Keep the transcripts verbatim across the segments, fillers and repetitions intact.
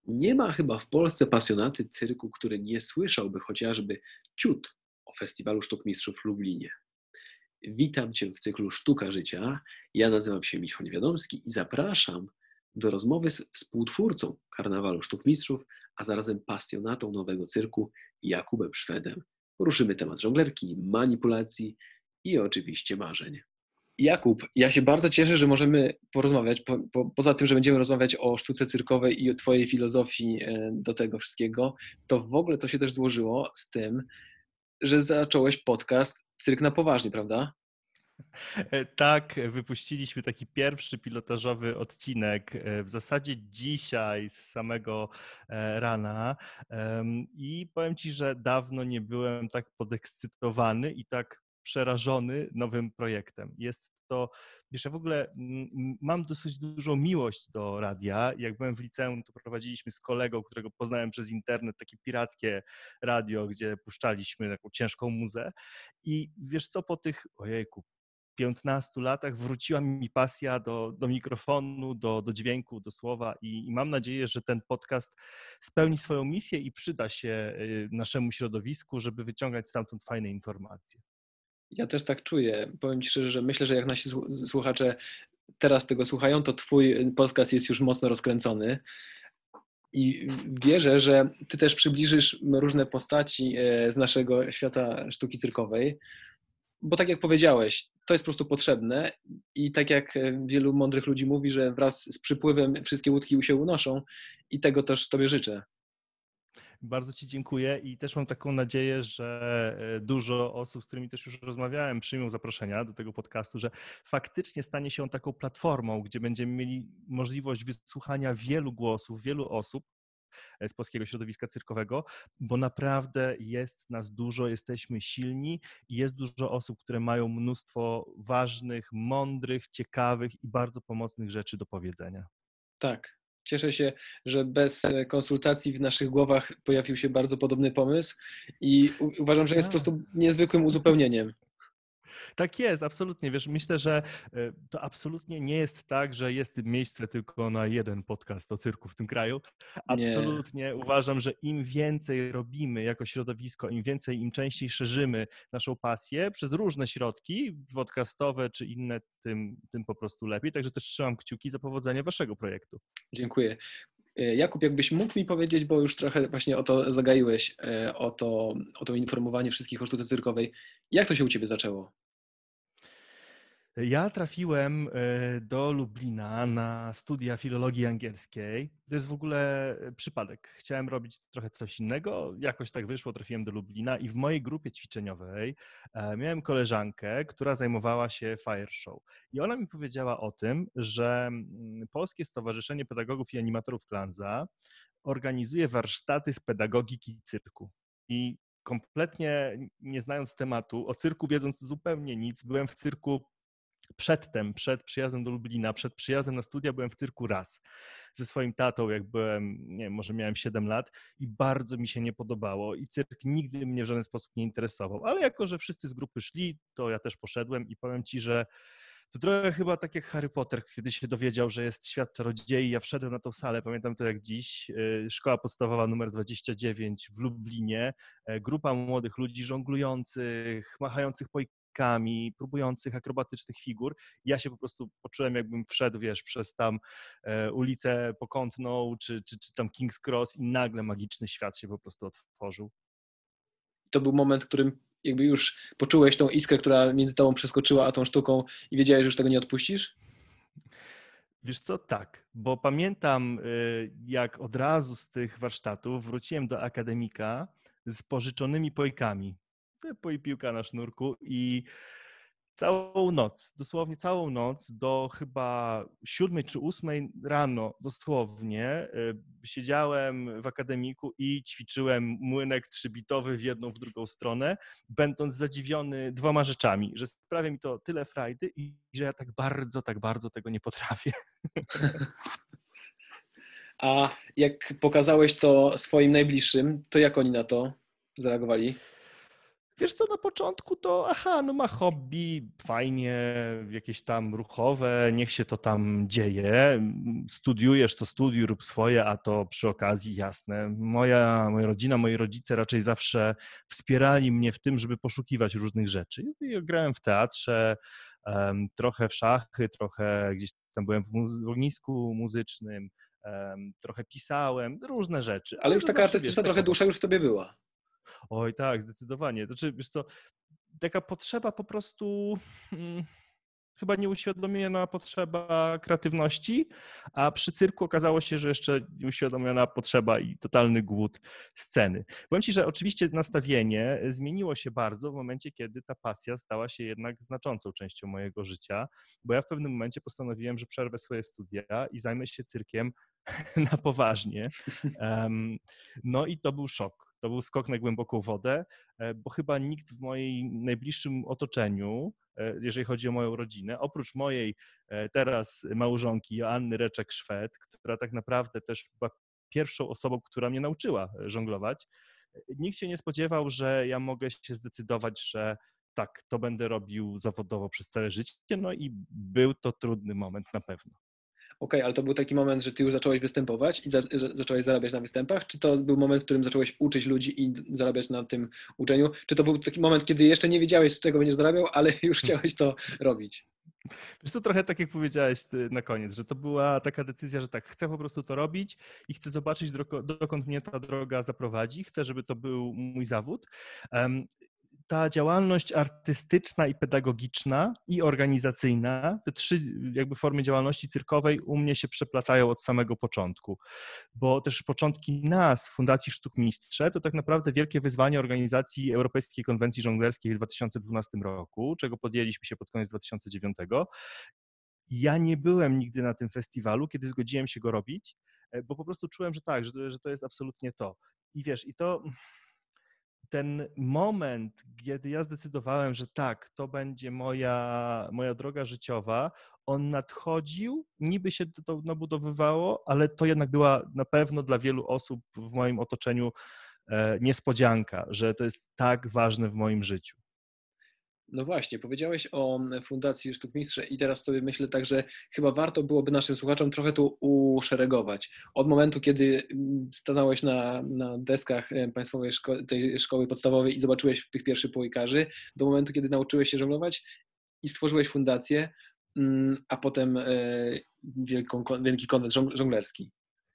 Nie ma chyba w Polsce pasjonaty cyrku, który nie słyszałby chociażby ciut o Festiwalu Sztuk Mistrzów w Lublinie. Witam Cię w cyklu Sztuka Życia. Ja nazywam się Michał Niewiadomski i zapraszam do rozmowy z współtwórcą Karnawalu Sztuk Mistrzów, a zarazem pasjonatą nowego cyrku Jakubem Szwedem. Poruszymy temat żonglerki, manipulacji i oczywiście marzeń. Jakub, ja się bardzo cieszę, że możemy porozmawiać, po, po, poza tym, że będziemy rozmawiać o sztuce cyrkowej i o Twojej filozofii do tego wszystkiego, to w ogóle to się też złożyło z tym, że zacząłeś podcast Cyrk na poważnie, prawda? Tak, wypuściliśmy taki pierwszy pilotażowy odcinek w zasadzie dzisiaj z samego rana i powiem Ci, że dawno nie byłem tak podekscytowany i tak przerażony nowym projektem. Jest to, wiesz, ja w ogóle mam dosyć dużą miłość do radia. Jak byłem w liceum, to prowadziliśmy z kolegą, którego poznałem przez internet, takie pirackie radio, gdzie puszczaliśmy taką ciężką muzę i wiesz co, po tych, ojejku, piętnastu latach wróciła mi pasja do, do mikrofonu, do, do dźwięku, do słowa i, i mam nadzieję, że ten podcast spełni swoją misję i przyda się naszemu środowisku, żeby wyciągać stamtąd fajne informacje. Ja też tak czuję. Powiem Ci szczerze, że myślę, że jak nasi słuchacze teraz tego słuchają, to Twój podcast jest już mocno rozkręcony. I wierzę, że Ty też przybliżysz różne postaci z naszego świata sztuki cyrkowej, bo tak jak powiedziałeś, to jest po prostu potrzebne i tak jak wielu mądrych ludzi mówi, że wraz z przypływem wszystkie łódki się unoszą i tego też Tobie życzę. Bardzo Ci dziękuję i też mam taką nadzieję, że dużo osób, z którymi też już rozmawiałem, przyjmą zaproszenia do tego podcastu, że faktycznie stanie się on taką platformą, gdzie będziemy mieli możliwość wysłuchania wielu głosów, wielu osób z polskiego środowiska cyrkowego, bo naprawdę jest nas dużo, jesteśmy silni i jest dużo osób, które mają mnóstwo ważnych, mądrych, ciekawych i bardzo pomocnych rzeczy do powiedzenia. Tak. Cieszę się, że bez konsultacji w naszych głowach pojawił się bardzo podobny pomysł i uważam, że jest po prostu niezwykłym uzupełnieniem. Tak jest, absolutnie. Wiesz, myślę, że to absolutnie nie jest tak, że jest miejsce tylko na jeden podcast o cyrku w tym kraju. Absolutnie nie. Uważam, że im więcej robimy jako środowisko, im więcej, im częściej szerzymy naszą pasję przez różne środki podcastowe czy inne, tym, tym po prostu lepiej. Także też trzymam kciuki za powodzenie waszego projektu. Dziękuję. Jakub, jakbyś mógł mi powiedzieć, bo już trochę właśnie o to zagaiłeś, o to, o to informowanie wszystkich o sztuce cyrkowej. Jak to się u Ciebie zaczęło? Ja trafiłem do Lublina na studia filologii angielskiej. To jest w ogóle przypadek. Chciałem robić trochę coś innego, jakoś tak wyszło, trafiłem do Lublina i w mojej grupie ćwiczeniowej miałem koleżankę, która zajmowała się fire show. I ona mi powiedziała o tym, że Polskie Stowarzyszenie Pedagogów i Animatorów Klanza organizuje warsztaty z pedagogiki cyrku. I kompletnie nie znając tematu, o cyrku wiedząc zupełnie nic, byłem w cyrku Przedtem, przed przyjazdem do Lublina, przed przyjazdem na studia byłem w cyrku raz ze swoim tatą, jak byłem, nie wiem, może miałem siedem lat i bardzo mi się nie podobało i cyrk nigdy mnie w żaden sposób nie interesował, ale jako, że wszyscy z grupy szli, to ja też poszedłem i powiem Ci, że to trochę chyba tak jak Harry Potter, kiedy się dowiedział, że jest świat czarodziei. Ja wszedłem na tą salę, pamiętam to jak dziś, szkoła podstawowa numer dwadzieścia dziewięć w Lublinie, grupa młodych ludzi żonglujących, machających pojkami, próbujących akrobatycznych figur. Ja się po prostu poczułem, jakbym wszedł, wiesz, przez tam ulicę Pokątną, czy, czy, czy tam King's Cross i nagle magiczny świat się po prostu otworzył. To był moment, w którym jakby już poczułeś tą iskrę, która między tobą przeskoczyła, a tą sztuką i wiedziałeś, że już tego nie odpuścisz? Wiesz co, tak, bo pamiętam, jak od razu z tych warsztatów wróciłem do akademika z pożyczonymi pojkami. Poj piłka na sznurku i całą noc, dosłownie całą noc do chyba siódmej czy ósmej rano dosłownie siedziałem w akademiku i ćwiczyłem młynek trzybitowy w jedną, w drugą stronę, będąc zadziwiony dwoma rzeczami, że sprawia mi to tyle frajdy i że ja tak bardzo, tak bardzo tego nie potrafię. A jak pokazałeś to swoim najbliższym, to jak oni na to zareagowali? Wiesz co, na początku to aha, no ma hobby, fajnie, jakieś tam ruchowe, niech się to tam dzieje. Studiujesz, to studiuj, rób swoje, a to przy okazji, jasne. Moja, moja rodzina, moi rodzice raczej zawsze wspierali mnie w tym, żeby poszukiwać różnych rzeczy. I grałem w teatrze, um, trochę w szachy, trochę gdzieś tam byłem w, mu- w ognisku muzycznym, um, trochę pisałem, różne rzeczy, Ale ale już to taka zawsze, wiesz, artystyczna tak trochę obok. dusza już w tobie była. Oj tak, zdecydowanie. Znaczy, wiesz co, taka potrzeba po prostu, hmm, chyba nieuświadomiona potrzeba kreatywności, a przy cyrku okazało się, że jeszcze nieuświadomiona potrzeba i totalny głód sceny. Powiem ci, że oczywiście nastawienie zmieniło się bardzo w momencie, kiedy ta pasja stała się jednak znaczącą częścią mojego życia, bo ja w pewnym momencie postanowiłem, że przerwę swoje studia i zajmę się cyrkiem na poważnie. Em, No i to był szok. To był skok na głęboką wodę, e, bo chyba nikt w moim najbliższym otoczeniu, e, jeżeli chodzi o moją rodzinę, oprócz mojej e, teraz małżonki Joanny Reczek-Szwed, która tak naprawdę też była pierwszą osobą, która mnie nauczyła e, żonglować, e, nikt się nie spodziewał, że ja mogę się zdecydować, że tak, to będę robił zawodowo przez całe życie. No i był to trudny moment na pewno. Okej, ale to był taki moment, że ty już zacząłeś występować i za, że zacząłeś zarabiać na występach? Czy to był moment, w którym zacząłeś uczyć ludzi i zarabiać na tym uczeniu? Czy to był taki moment, kiedy jeszcze nie wiedziałeś, z czego będziesz zarabiał, ale już chciałeś to robić? Wiesz to trochę tak jak powiedziałeś ty na koniec, że to była taka decyzja, że tak, chcę po prostu to robić i chcę zobaczyć, droko- dokąd mnie ta droga zaprowadzi. Chcę, żeby to był mój zawód. Em, Ta działalność artystyczna i pedagogiczna i organizacyjna, te trzy jakby formy działalności cyrkowej u mnie się przeplatają od samego początku, bo też początki nas, Fundacji Sztuk Mistrze, to tak naprawdę wielkie wyzwanie organizacji Europejskiej Konwencji Żonglerskiej w dwa tysiące dwunastym roku, czego podjęliśmy się pod koniec dwa tysiące dziewiątego. Ja nie byłem nigdy na tym festiwalu, kiedy zgodziłem się go robić, e, bo po prostu czułem, że tak, że to, że to jest absolutnie to. I wiesz, i to ten moment, kiedy ja zdecydowałem, że tak, to będzie moja, moja droga życiowa, on nadchodził, niby się to nabudowywało, ale to jednak była na pewno dla wielu osób w moim otoczeniu e, niespodzianka, że to jest tak ważne w moim życiu. No właśnie, powiedziałeś o Fundacji Sztuk Mistrze i teraz sobie myślę tak, że chyba warto byłoby naszym słuchaczom trochę tu uszeregować. Od momentu, kiedy stanąłeś na, na deskach e, Państwowej szko tej szkoły podstawowej i zobaczyłeś tych pierwszych połykarzy, do momentu, kiedy nauczyłeś się żonglować i stworzyłeś fundację, a potem e, wielką, wielki konwent żonglerski.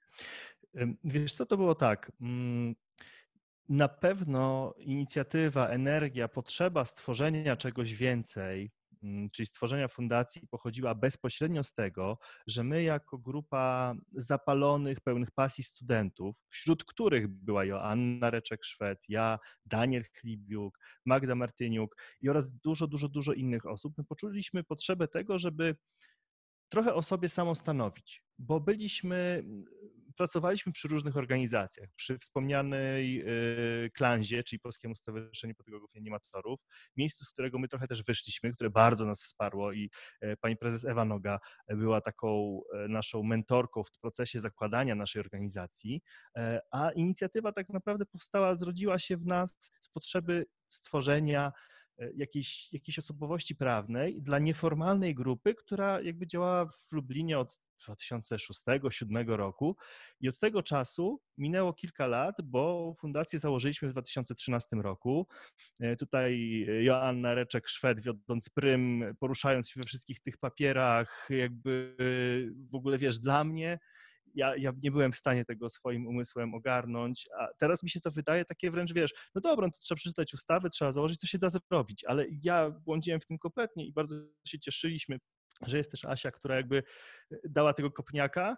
Wiesz co, to było tak. mm, Na pewno inicjatywa, energia, potrzeba stworzenia czegoś więcej, mm, czyli stworzenia fundacji, pochodziła bezpośrednio z tego, że my jako grupa zapalonych, pełnych pasji studentów, wśród których była Joanna Reczek-Szwed, ja, Daniel Chlibiuk, Magda Martyniuk i oraz dużo, dużo, dużo innych osób, my poczuliśmy potrzebę tego, żeby trochę o sobie samostanowić, bo byliśmy, pracowaliśmy przy różnych organizacjach, przy wspomnianej y, Klanzie, czyli Polskiemu Stowarzyszeniu Pedagogów i Animatorów, miejscu, z którego my trochę też wyszliśmy, które bardzo nas wsparło i y, pani prezes Ewa Noga była taką y, naszą mentorką w procesie zakładania naszej organizacji, y, a inicjatywa tak naprawdę powstała, zrodziła się w nas z potrzeby stworzenia jakiejś, jakiejś osobowości prawnej dla nieformalnej grupy, która jakby działała w Lublinie od dwa tysiące szóstego do dwa tysiące siódmego roku i od tego czasu minęło kilka lat, bo fundację założyliśmy w dwa tysiące trzynastym roku. Tutaj Joanna Reczek-Szwed wiodąc prym, poruszając się we wszystkich tych papierach, jakby w ogóle wiesz, dla mnie ja, ja nie byłem w stanie tego swoim umysłem ogarnąć, a teraz mi się to wydaje takie wręcz, wiesz, no dobra, no to trzeba przeczytać ustawy, trzeba założyć, to się da zrobić, ale ja błądziłem w tym kompletnie i bardzo się cieszyliśmy, że jest też Asia, która jakby dała tego kopniaka.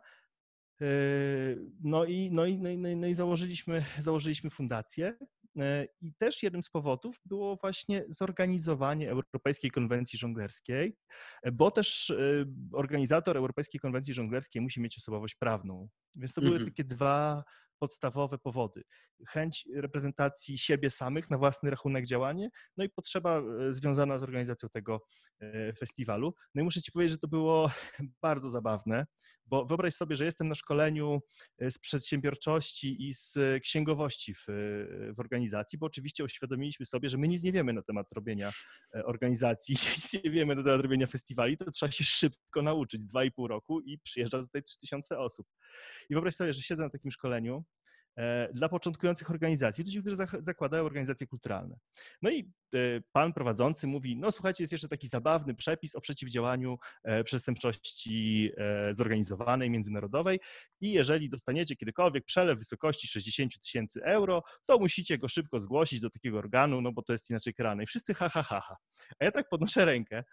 No i, no i, no i, no i, no i założyliśmy, założyliśmy fundację. I też jednym z powodów było właśnie zorganizowanie Europejskiej Konwencji Żonglerskiej, bo też organizator Europejskiej Konwencji Żonglerskiej musi mieć osobowość prawną. Więc to były Mhm. takie dwa podstawowe powody. Chęć reprezentacji siebie samych na własny rachunek działanie, no i potrzeba związana z organizacją tego festiwalu. No i muszę ci powiedzieć, że to było bardzo zabawne, bo wyobraź sobie, że jestem na szkoleniu z przedsiębiorczości i z księgowości w, w organizacji, bo oczywiście uświadomiliśmy sobie, że my nic nie wiemy na temat robienia organizacji, nic nie wiemy na temat robienia festiwali, to trzeba się szybko nauczyć, dwa i pół roku i przyjeżdża tutaj trzy tysiące osób. I wyobraź sobie, że siedzę na takim szkoleniu dla początkujących organizacji, ludzi, którzy zakładają organizacje kulturalne. No i pan prowadzący mówi, no słuchajcie, jest jeszcze taki zabawny przepis o przeciwdziałaniu przestępczości zorganizowanej, międzynarodowej i jeżeli dostaniecie kiedykolwiek przelew w wysokości sześćdziesiąt tysięcy euro, to musicie go szybko zgłosić do takiego organu, no bo to jest inaczej karane. I wszyscy ha, ha, ha, ha. A ja tak podnoszę rękę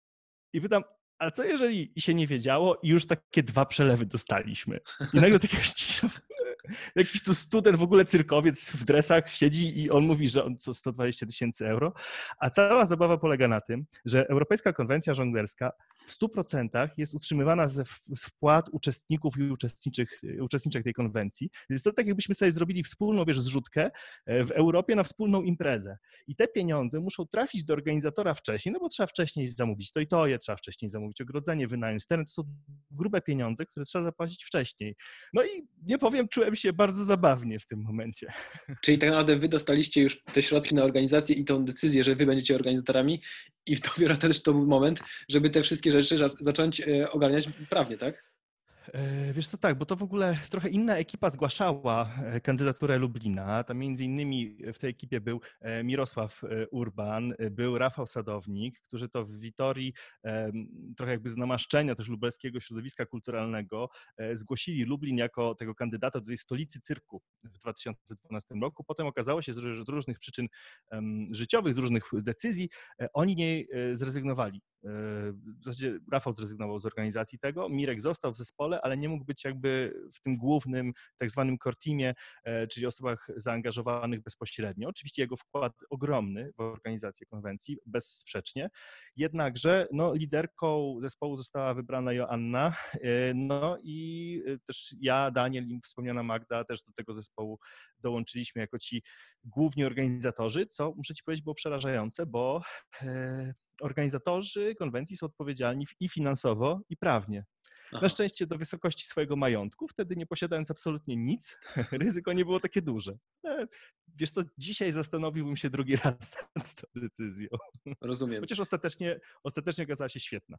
i pytam, a co jeżeli się nie wiedziało i już takie dwa przelewy dostaliśmy? I nagle taka cisza. Jakiś tu student, w ogóle cyrkowiec w dresach siedzi i on mówi, że on co sto dwadzieścia tysięcy euro, a cała zabawa polega na tym, że Europejska Konwencja Żonglerska w stu procentach jest utrzymywana ze wpłat uczestników i uczestniczych, uczestniczek tej konwencji. Więc to tak jakbyśmy sobie zrobili wspólną, wiesz, zrzutkę w Europie na wspólną imprezę. I te pieniądze muszą trafić do organizatora wcześniej, no bo trzeba wcześniej zamówić to i to, je trzeba wcześniej zamówić ogrodzenie, wynająć teren. To są grube pieniądze, które trzeba zapłacić wcześniej. No i nie powiem, czułem się bardzo zabawnie w tym momencie. Czyli tak naprawdę wy dostaliście już te środki na organizację i tą decyzję, że wy będziecie organizatorami i dopiero też to był moment, żeby te wszystkie rzeczy zacząć ogarniać prawnie, tak? Wiesz co, tak, bo to w ogóle trochę inna ekipa zgłaszała kandydaturę Lublina. Tam między innymi w tej ekipie był Mirosław Urban, był Rafał Sadownik, którzy to w Witorii trochę jakby z namaszczenia też lubelskiego środowiska kulturalnego zgłosili Lublin jako tego kandydata do tej stolicy cyrku w dwa tysiące dwunastym roku. Potem okazało się, że z różnych przyczyn życiowych, z różnych decyzji oni nie zrezygnowali. W zasadzie Rafał zrezygnował z organizacji tego, Mirek został w zespole, ale nie mógł być jakby w tym głównym tak zwanym core teamie, czyli osobach zaangażowanych bezpośrednio. Oczywiście jego wkład ogromny w organizację konwencji, bezsprzecznie, jednakże no, liderką zespołu została wybrana Joanna, no i też ja, Daniel i wspomniana Magda też do tego zespołu dołączyliśmy jako ci główni organizatorzy, co muszę ci powiedzieć było przerażające, bo organizatorzy konwencji są odpowiedzialni i finansowo, i prawnie. Aha. Na szczęście do wysokości swojego majątku, wtedy nie posiadając absolutnie nic, ryzyko nie było takie duże. Wiesz co, dzisiaj zastanowiłbym się drugi raz nad tą decyzją. Rozumiem. Chociaż ostatecznie, ostatecznie okazała się świetna.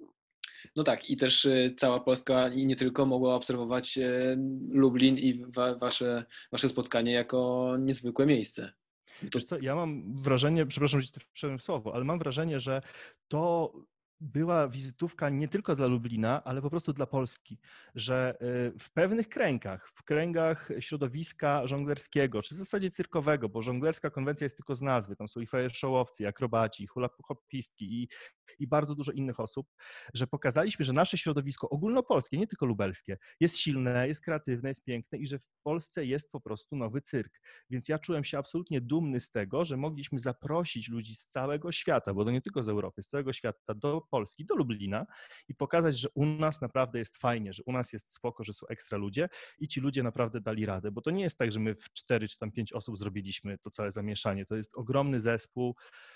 No tak, i też cała Polska i nie tylko mogła obserwować Lublin i wa- wasze, wasze spotkanie jako niezwykłe miejsce. To... Wiesz co, ja mam wrażenie, przepraszam, że ci przerwę słowo, ale mam wrażenie, że to była wizytówka nie tylko dla Lublina, ale po prostu dla Polski, że w pewnych kręgach, w kręgach środowiska żonglerskiego, czy w zasadzie cyrkowego, bo żonglerska konwencja jest tylko z nazwy, tam są i fireshowowcy, i akrobaci, i hula-hopistki i, i bardzo dużo innych osób, że pokazaliśmy, że nasze środowisko ogólnopolskie, nie tylko lubelskie, jest silne, jest kreatywne, jest piękne i że w Polsce jest po prostu nowy cyrk. Więc ja czułem się absolutnie dumny z tego, że mogliśmy zaprosić ludzi z całego świata, bo to nie tylko z Europy, z całego świata do Polski, do Lublina i pokazać, że u nas naprawdę jest fajnie, że u nas jest spoko, że są ekstra ludzie i ci ludzie naprawdę dali radę, bo to nie jest tak, że my w cztery czy tam pięć osób zrobiliśmy to całe zamieszanie, to jest ogromny zespół.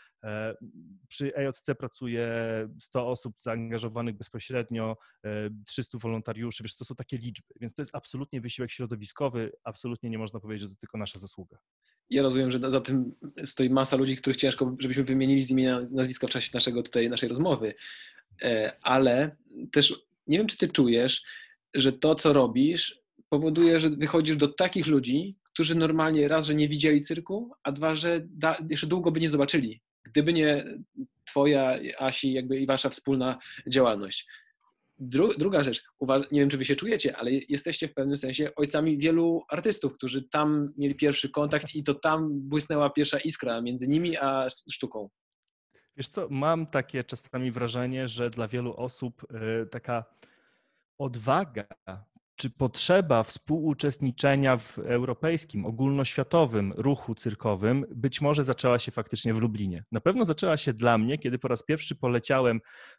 Przy E J C pracuje sto osób zaangażowanych bezpośrednio, trzystu wolontariuszy, wiesz, to są takie liczby, więc to jest absolutnie wysiłek środowiskowy, absolutnie nie można powiedzieć, że to tylko nasza zasługa. Ja rozumiem, że za tym stoi masa ludzi, których ciężko, żebyśmy wymienili z imienia, nazwiska w czasie naszego tutaj, naszej rozmowy, ale też nie wiem, czy ty czujesz, że to, co robisz, powoduje, że wychodzisz do takich ludzi, którzy normalnie raz, że nie widzieli cyrku, a dwa, że da, jeszcze długo by nie zobaczyli, gdyby nie twoja, Asi, jakby i wasza wspólna działalność. Dru, druga rzecz, uważ, nie wiem, czy wy się czujecie, ale jesteście w pewnym sensie ojcami wielu artystów, którzy tam mieli pierwszy kontakt i to tam błysnęła pierwsza iskra między nimi a sztuką. Wiesz co, mam takie czasami wrażenie, że dla wielu osób taka odwaga czy potrzeba współuczestniczenia w europejskim, ogólnoświatowym ruchu cyrkowym być może zaczęła się faktycznie w Lublinie. Na pewno zaczęła się dla mnie, kiedy po raz pierwszy poleciałem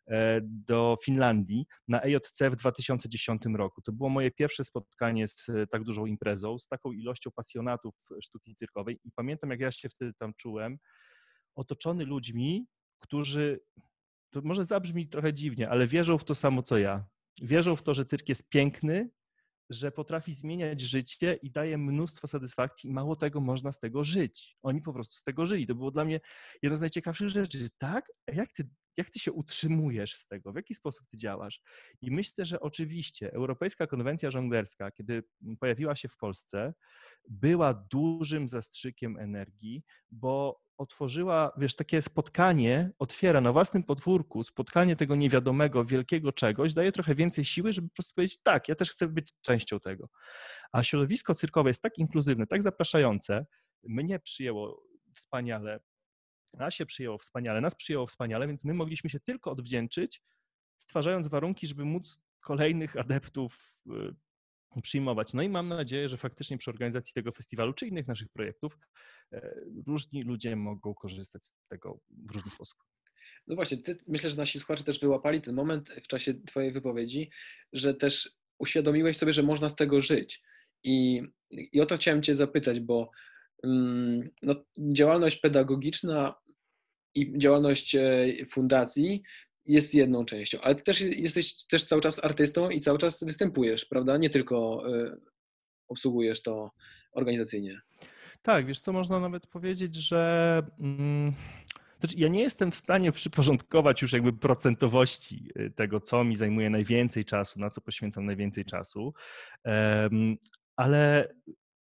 do Finlandii na E J C w dwa tysiące dziesiątym roku. To było moje pierwsze spotkanie z tak dużą imprezą, z taką ilością pasjonatów sztuki cyrkowej i pamiętam, jak ja się wtedy tam czułem, otoczony ludźmi, którzy, to może zabrzmi trochę dziwnie, ale wierzą w to samo, co ja. Wierzą w to, że cyrk jest piękny, że potrafi zmieniać życie i daje mnóstwo satysfakcji i mało tego, można z tego żyć. Oni po prostu z tego żyli. To było dla mnie jedno z najciekawszych rzeczy. Tak? A jak ty, jak ty się utrzymujesz z tego? W jaki sposób ty działasz? I myślę, że oczywiście Europejska Konwencja Żonglerska, kiedy pojawiła się w Polsce, była dużym zastrzykiem energii, bo otworzyła, wiesz, takie spotkanie, otwiera na własnym podwórku, spotkanie tego niewiadomego, wielkiego czegoś, daje trochę więcej siły, żeby po prostu powiedzieć, tak, ja też chcę być częścią tego. A środowisko cyrkowe jest tak inkluzywne, tak zapraszające, mnie przyjęło wspaniale, nas się przyjęło wspaniale, nas przyjęło wspaniale, więc my mogliśmy się tylko odwdzięczyć, stwarzając warunki, żeby móc kolejnych adeptów przyjmować. No i mam nadzieję, że faktycznie przy organizacji tego festiwalu czy innych naszych projektów różni ludzie mogą korzystać z tego w różny sposób. No właśnie, ty, myślę, że nasi słuchacze też wyłapali ten moment w czasie twojej wypowiedzi, że też uświadomiłeś sobie, że można z tego żyć. I, i o to chciałem cię zapytać, bo um, no, działalność pedagogiczna i działalność fundacji jest jedną częścią, ale ty też jesteś też cały czas artystą i cały czas występujesz, prawda? Nie tylko y, obsługujesz to organizacyjnie. Tak, wiesz co, można nawet powiedzieć, że mm, znaczy ja nie jestem w stanie przyporządkować już jakby procentowości tego, co mi zajmuje najwięcej czasu, na co poświęcam najwięcej czasu, um, ale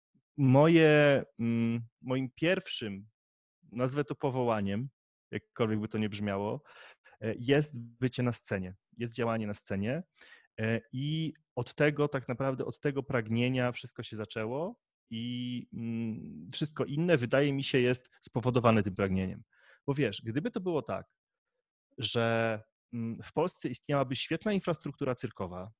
moje, um, moim pierwszym, nazwę to powołaniem, jakkolwiek by to nie brzmiało, jest bycie na scenie, jest działanie na scenie i od tego tak naprawdę, od tego pragnienia wszystko się zaczęło i wszystko inne wydaje mi się jest spowodowane tym pragnieniem. Bo wiesz, gdyby to było tak, że w Polsce istniałaby świetna infrastruktura cyrkowa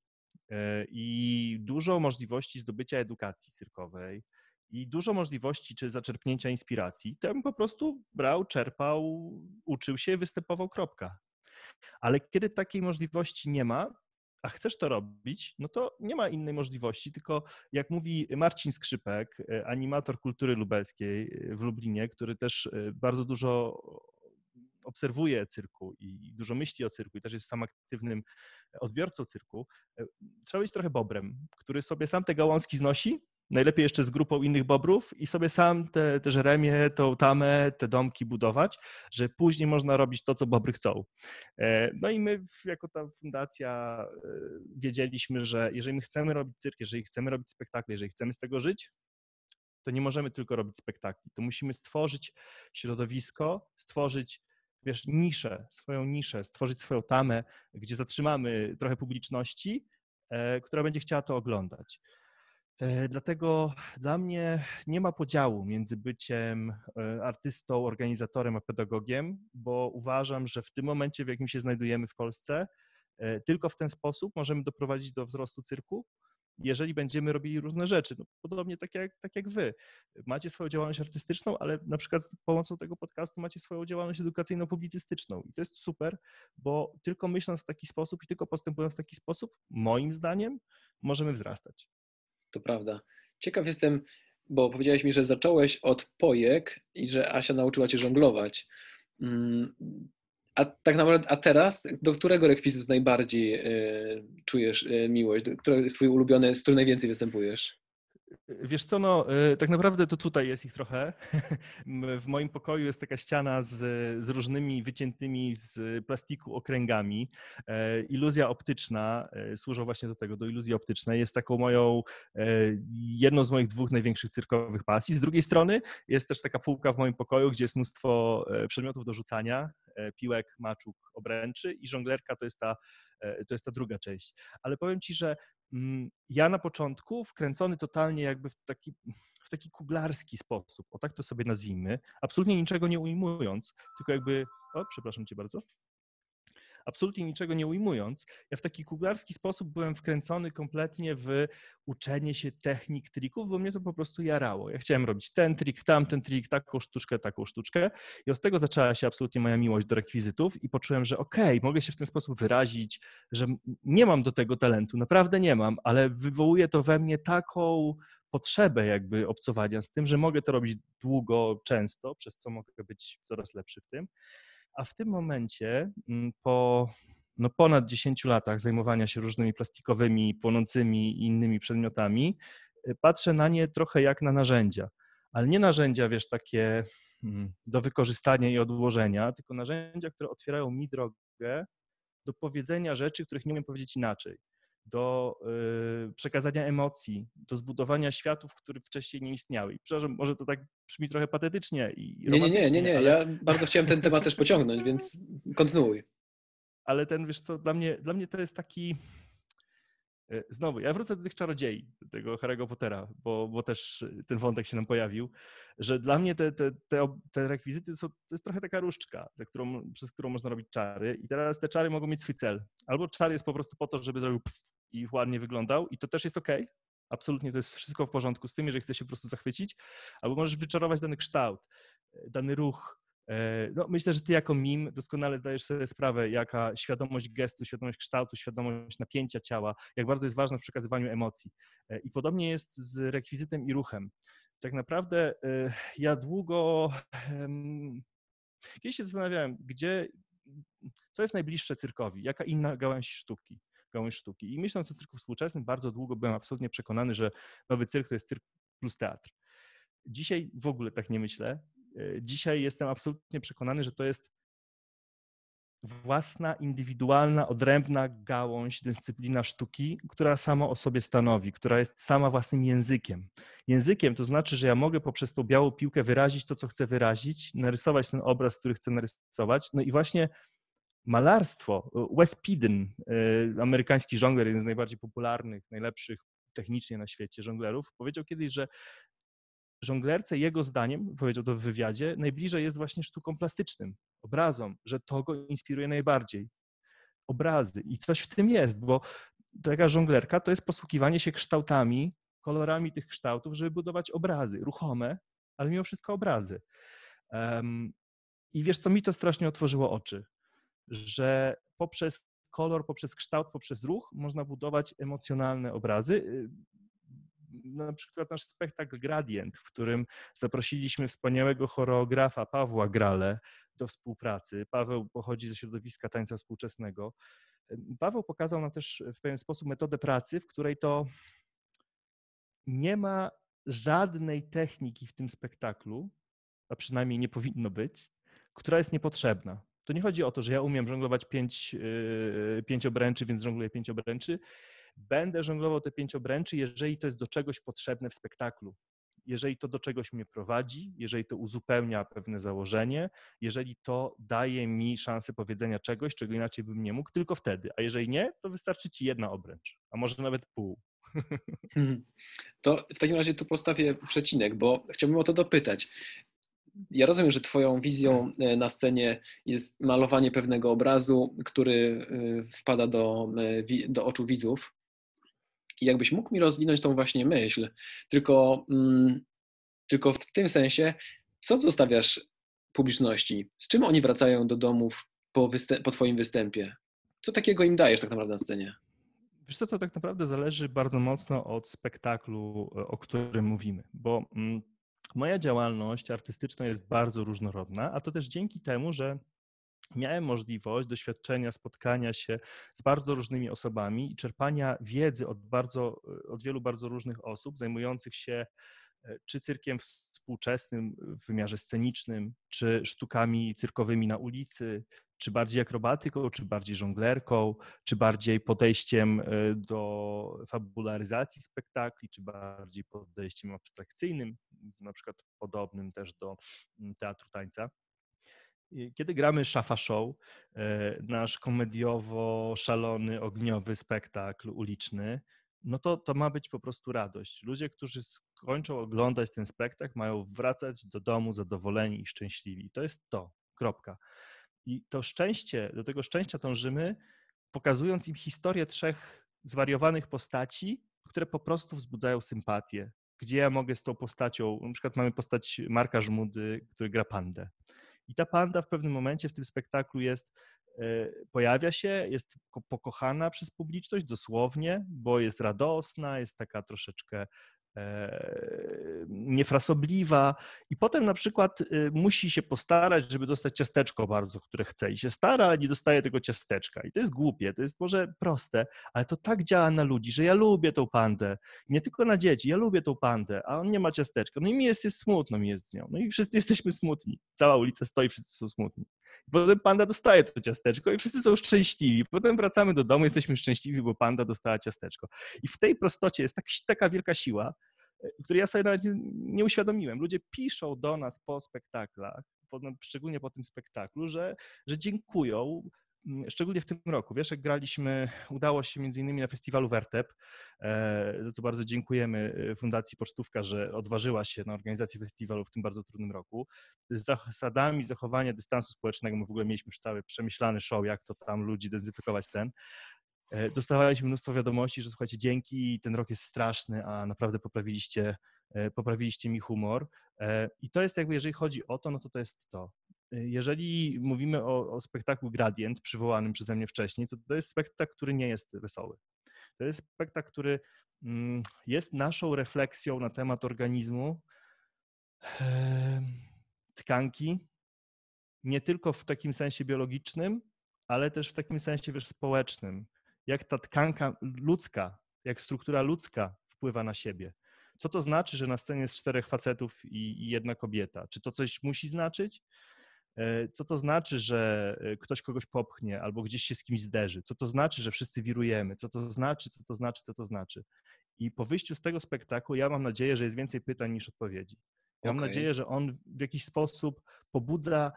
i dużo możliwości zdobycia edukacji cyrkowej i dużo możliwości czy zaczerpnięcia inspiracji, to ja bym po prostu brał, czerpał, uczył się, występował, kropka. Ale kiedy takiej możliwości nie ma, a chcesz to robić, no to nie ma innej możliwości, tylko jak mówi Marcin Skrzypek, animator kultury lubelskiej w Lublinie, który też bardzo dużo obserwuje cyrku i dużo myśli o cyrku i też jest sam aktywnym odbiorcą cyrku, trzeba być trochę bobrem, który sobie sam te gałązki znosi, najlepiej jeszcze z grupą innych bobrów i sobie sam te, te żeremie, tą tamę, te domki budować, że później można robić to, co bobry chcą. No i my jako ta fundacja wiedzieliśmy, że jeżeli my chcemy robić cyrk, jeżeli chcemy robić spektakle, jeżeli chcemy z tego żyć, to nie możemy tylko robić spektakli. To musimy stworzyć środowisko, stworzyć, wiesz, niszę, swoją niszę, stworzyć swoją tamę, gdzie zatrzymamy trochę publiczności, która będzie chciała to oglądać. Dlatego dla mnie nie ma podziału między byciem artystą, organizatorem a pedagogiem, bo uważam, że w tym momencie, w jakim się znajdujemy w Polsce, tylko w ten sposób możemy doprowadzić do wzrostu cyrku, jeżeli będziemy robili różne rzeczy. No, podobnie tak jak, tak jak wy. Macie swoją działalność artystyczną, ale na przykład z pomocą tego podcastu macie swoją działalność edukacyjno-publicystyczną i to jest super, bo tylko myśląc w taki sposób i tylko postępując w taki sposób, moim zdaniem, możemy wzrastać. To prawda. Ciekaw jestem, bo powiedziałeś mi, że zacząłeś od pojek i że Asia nauczyła cię żonglować. A tak naprawdę, a teraz do którego rekwizytu najbardziej y, czujesz y, miłość? Który jest twój ulubiony, z którym najwięcej występujesz? Wiesz co, no tak naprawdę to tutaj jest ich trochę. W moim pokoju jest taka ściana z, z różnymi wyciętymi z plastiku okręgami. Iluzja optyczna, służą właśnie do tego, do iluzji optycznej. Jest taką moją, jedną z moich dwóch największych cyrkowych pasji. Z drugiej strony jest też taka półka w moim pokoju, gdzie jest mnóstwo przedmiotów do rzucania, piłek, maczug, obręczy i żonglerka to jest ta, to jest ta druga część. Ale powiem ci, że ja na początku wkręcony totalnie jakby w taki, w taki kuglarski sposób, o tak to sobie nazwijmy, absolutnie niczego nie ujmując, tylko jakby, o przepraszam cię bardzo, absolutnie niczego nie ujmując, ja w taki kuglarski sposób byłem wkręcony kompletnie w uczenie się technik, trików, bo mnie to po prostu jarało. Ja chciałem robić ten trik, tamten trik, taką sztuczkę, taką sztuczkę i od tego zaczęła się absolutnie moja miłość do rekwizytów i poczułem, że okej, okay, mogę się w ten sposób wyrazić, że nie mam do tego talentu, naprawdę nie mam, ale wywołuje to we mnie taką potrzebę jakby obcowania z tym, że mogę to robić długo, często, przez co mogę być coraz lepszy w tym. A w tym momencie po no ponad dziesięciu latach zajmowania się różnymi plastikowymi, płonącymi i innymi przedmiotami, patrzę na nie trochę jak na narzędzia, ale nie narzędzia, wiesz, takie do wykorzystania i odłożenia, tylko narzędzia, które otwierają mi drogę do powiedzenia rzeczy, których nie umiem powiedzieć inaczej, do y, przekazania emocji, do zbudowania światów, które wcześniej nie istniały. I przepraszam, może to tak brzmi trochę patetycznie i nie, nie, nie, nie, nie. ale... Ja bardzo chciałem ten temat też pociągnąć, więc kontynuuj. Ale ten, wiesz co, dla mnie, dla mnie to jest taki... Znowu, ja wrócę do tych czarodziei, do tego Harry'ego Pottera, bo, bo też ten wątek się nam pojawił, że dla mnie te, te, te, te rekwizyty są, to jest trochę taka różdżka, za którą, przez którą można robić czary i teraz te czary mogą mieć swój cel. Albo czar jest po prostu po to, żeby zrobił pff i ładnie wyglądał i to też jest okej, okay. Absolutnie to jest wszystko w porządku z tym, jeżeli chce się po prostu zachwycić, albo możesz wyczarować dany kształt, dany ruch. No, myślę, że ty jako mim doskonale zdajesz sobie sprawę, jaka świadomość gestu, świadomość kształtu, świadomość napięcia ciała, jak bardzo jest ważna w przekazywaniu emocji. I podobnie jest z rekwizytem i ruchem. Tak naprawdę ja długo, kiedyś się zastanawiałem, gdzie, co jest najbliższe cyrkowi, jaka inna gałąź sztuki, gałąź sztuki. I myśląc o cyrku współczesnym, bardzo długo byłem absolutnie przekonany, że nowy cyrk to jest cyrk plus teatr. Dzisiaj w ogóle tak nie myślę. Dzisiaj jestem absolutnie przekonany, że to jest własna, indywidualna, odrębna gałąź, dyscyplina sztuki, która sama o sobie stanowi, która jest sama własnym językiem. Językiem to znaczy, że ja mogę poprzez tą białą piłkę wyrazić to, co chcę wyrazić, narysować ten obraz, który chcę narysować. No i właśnie malarstwo, Wes Pidden, amerykański żongler, jeden z najbardziej popularnych, najlepszych technicznie na świecie żonglerów, powiedział kiedyś, że żonglerce, jego zdaniem, powiedział to w wywiadzie, najbliżej jest właśnie sztukom plastycznym, obrazom, że to go inspiruje najbardziej. Obrazy. I coś w tym jest, bo taka żonglerka to jest posługiwanie się kształtami, kolorami tych kształtów, żeby budować obrazy, ruchome, ale mimo wszystko obrazy. Um, I wiesz co, mi to strasznie otworzyło oczy, że poprzez kolor, poprzez kształt, poprzez ruch można budować emocjonalne obrazy. Na przykład nasz spektakl Gradient, w którym zaprosiliśmy wspaniałego choreografa Pawła Grale do współpracy. Paweł pochodzi ze środowiska tańca współczesnego. Paweł pokazał nam też w pewien sposób metodę pracy, w której to nie ma żadnej techniki w tym spektaklu, a przynajmniej nie powinno być, która jest niepotrzebna. To nie chodzi o to, że ja umiem żonglować pięć, yy, pięć obręczy, więc żongluję pięć obręczy. Będę żonglował te pięć obręczy, jeżeli to jest do czegoś potrzebne w spektaklu. Jeżeli to do czegoś mnie prowadzi, jeżeli to uzupełnia pewne założenie, jeżeli to daje mi szansę powiedzenia czegoś, czego inaczej bym nie mógł, tylko wtedy. A jeżeli nie, to wystarczy ci jedna obręcz, a może nawet pół. To w takim razie tu postawię przecinek, bo chciałbym o to dopytać. Ja rozumiem, że twoją wizją na scenie jest malowanie pewnego obrazu, który wpada do, do oczu widzów. I jakbyś mógł mi rozwinąć tą właśnie myśl, tylko, mm, tylko w tym sensie, co zostawiasz publiczności? Z czym oni wracają do domów po, występ, po twoim występie? Co takiego im dajesz tak naprawdę na scenie? Wiesz co, to tak naprawdę zależy bardzo mocno od spektaklu, o którym mówimy, bo mm, moja działalność artystyczna jest bardzo różnorodna, a to też dzięki temu, że miałem możliwość doświadczenia, spotkania się z bardzo różnymi osobami i czerpania wiedzy od, bardzo, od wielu bardzo różnych osób zajmujących się czy cyrkiem współczesnym w wymiarze scenicznym, czy sztukami cyrkowymi na ulicy, czy bardziej akrobatyką, czy bardziej żonglerką, czy bardziej podejściem do fabularyzacji spektakli, czy bardziej podejściem abstrakcyjnym, na przykład podobnym też do teatru tańca. Kiedy gramy Szafa Show, nasz komediowo-szalony, ogniowy spektakl uliczny, no to to ma być po prostu radość. Ludzie, którzy skończą oglądać ten spektakl, mają wracać do domu zadowoleni i szczęśliwi. To jest to, kropka. I to szczęście, do tego szczęścia dążymy, pokazując im historię trzech zwariowanych postaci, które po prostu wzbudzają sympatię. Gdzie ja mogę z tą postacią, na przykład mamy postać Marka Żmudy, który gra pandę. I ta panda w pewnym momencie w tym spektaklu jest, pojawia się, jest pokochana przez publiczność dosłownie, bo jest radosna, jest taka troszeczkę niefrasobliwa i potem na przykład musi się postarać, żeby dostać ciasteczko bardzo, które chce i się stara, ale nie dostaje tego ciasteczka i to jest głupie, to jest może proste, ale to tak działa na ludzi, że ja lubię tą pandę, nie tylko na dzieci, ja lubię tą pandę, a on nie ma ciasteczka, no i mi jest, jest smutno mi jest z nią, no i wszyscy jesteśmy smutni, cała ulica stoi, wszyscy są smutni. I potem panda dostaje to ciasteczko i wszyscy są szczęśliwi, potem wracamy do domu, jesteśmy szczęśliwi, bo panda dostała ciasteczko. I w tej prostocie jest tak, taka wielka siła, której ja sobie nawet nie, nie uświadomiłem. Ludzie piszą do nas po spektaklach, po, szczególnie po tym spektaklu, że, że dziękują, szczególnie w tym roku. Wiesz, jak graliśmy, udało się między innymi na festiwalu Wertep, za co bardzo dziękujemy Fundacji Pocztówka, że odważyła się na organizację festiwalu w tym bardzo trudnym roku. Z zasadami zachowania dystansu społecznego my w ogóle mieliśmy już cały przemyślany show, jak to tam ludzi dezynfekować ten. Dostawaliśmy mnóstwo wiadomości, że słuchajcie, dzięki, ten rok jest straszny, a naprawdę poprawiliście, poprawiliście mi humor. I to jest jakby, jeżeli chodzi o to, no to to jest to. Jeżeli mówimy o, o spektaklu Gradient, przywołanym przeze mnie wcześniej, to to jest spektakl, który nie jest wesoły. To jest spektakl, który jest naszą refleksją na temat organizmu, tkanki, nie tylko w takim sensie biologicznym, ale też w takim sensie, wiesz, społecznym. Jak ta tkanka ludzka, jak struktura ludzka wpływa na siebie. Co to znaczy, że na scenie jest czterech facetów i, i jedna kobieta? Czy to coś musi znaczyć? Co to znaczy, że ktoś kogoś popchnie albo gdzieś się z kimś zderzy? Co to znaczy, że wszyscy wirujemy? Co to znaczy, co to znaczy, co to znaczy? I po wyjściu z tego spektaklu ja mam nadzieję, że jest więcej pytań niż odpowiedzi. Ja mam Okay. nadzieję, że on w jakiś sposób pobudza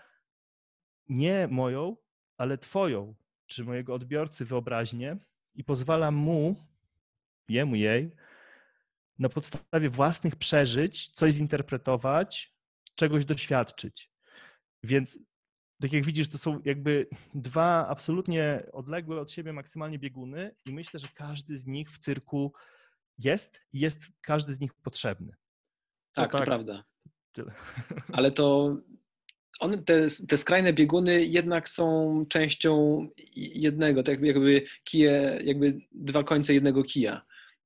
nie moją, ale twoją, czy mojego odbiorcy wyobraźnię i pozwala mu, jemu, jej, na podstawie własnych przeżyć coś zinterpretować, czegoś doświadczyć. Więc tak jak widzisz, to są jakby dwa absolutnie odległe od siebie maksymalnie bieguny i myślę, że każdy z nich w cyrku jest i jest każdy z nich potrzebny. To tak, to tak, prawda. Tyle. Ale to one, te, te skrajne bieguny jednak są częścią jednego, tak jakby kije, jakby dwa końce jednego kija.